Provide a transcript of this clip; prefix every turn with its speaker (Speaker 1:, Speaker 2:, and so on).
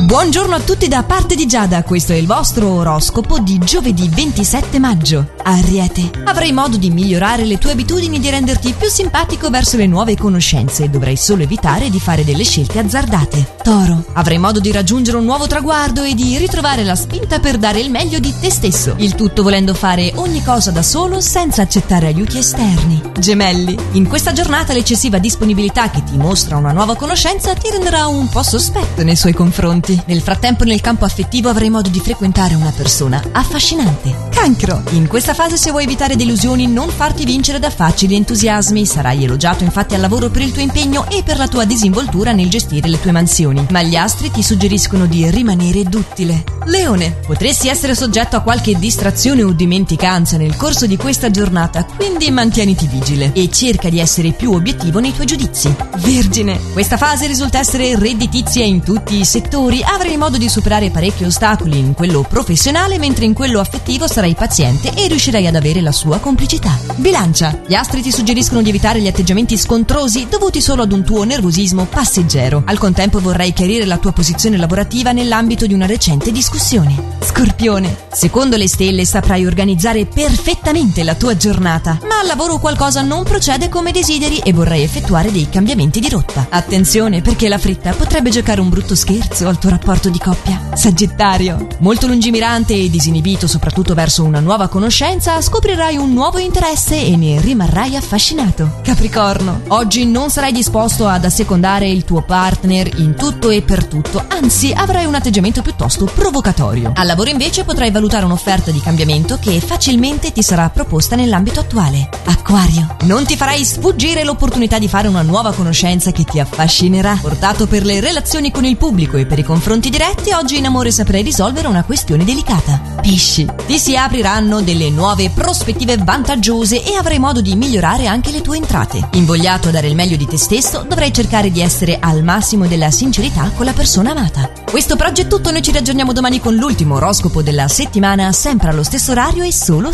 Speaker 1: Buongiorno a tutti da parte di Giada, questo è il vostro oroscopo di giovedì 27 maggio. Ariete, avrai modo di migliorare le tue abitudini e di renderti più simpatico verso le nuove conoscenze e dovrai solo evitare di fare delle scelte azzardate. Toro, avrai modo di raggiungere un nuovo traguardo e di ritrovare la spinta per dare il meglio di te stesso, il tutto volendo fare ogni cosa da solo senza accettare aiuti esterni. Gemelli, in questa giornata l'eccessiva disponibilità che ti mostra una nuova conoscenza ti renderà un po' sospetto nei suoi confronti. Nel frattempo nel campo affettivo avrai modo di frequentare una persona affascinante. Cancro, in questa fase se vuoi evitare delusioni non farti vincere da facili entusiasmi, sarai elogiato infatti al lavoro per il tuo impegno e per la tua disinvoltura nel gestire le tue mansioni, ma gli astri ti suggeriscono di rimanere duttile. Leone, potresti essere soggetto a qualche distrazione o dimenticanza nel corso di questa giornata, quindi mantieniti vigile e cerca di essere più obiettivo nei tuoi giudizi. Vergine, questa fase risulta essere redditizia in tutti i settori, avrai modo di superare parecchi ostacoli in quello professionale, mentre in quello affettivo sarai paziente e riuscirai ad avere la sua complicità. Bilancia, gli astri ti suggeriscono di evitare gli atteggiamenti scontrosi dovuti solo ad un tuo nervosismo passeggero. Al contempo vorrai chiarire la tua posizione lavorativa nell'ambito di una recente discussione. Scorpione, secondo le stelle saprai organizzare perfettamente la tua giornata, ma al lavoro qualcosa non procede come desideri e vorrai effettuare dei cambiamenti di rotta. Attenzione, perché la fretta potrebbe giocare un brutto scherzo al tuo rapporto di coppia. Sagittario, molto lungimirante e disinibito soprattutto verso una nuova conoscenza, scoprirai un nuovo interesse e ne rimarrai affascinato. Capricorno, oggi non sarai disposto ad assecondare il tuo partner in tutto e per tutto, anzi avrai un atteggiamento piuttosto provocatorio. Al lavoro invece potrai valutare un'offerta di cambiamento che facilmente ti sarà proposta nell'ambito attuale. Acquario, non ti farai sfuggire l'opportunità di fare una nuova conoscenza che ti affascinerà. Portato per le relazioni con il pubblico e per i confronti diretti, oggi in amore saprai risolvere una questione delicata. Pesci, ti si apriranno delle nuove prospettive vantaggiose e avrai modo di migliorare anche le tue entrate. Invogliato a dare il meglio di te stesso, dovrai cercare di essere al massimo della sincerità con la persona amata. Questo per oggi è tutto, noi ci riaggiorniamo domani con l'ultimo oroscopo della settimana, sempre allo stesso orario e solo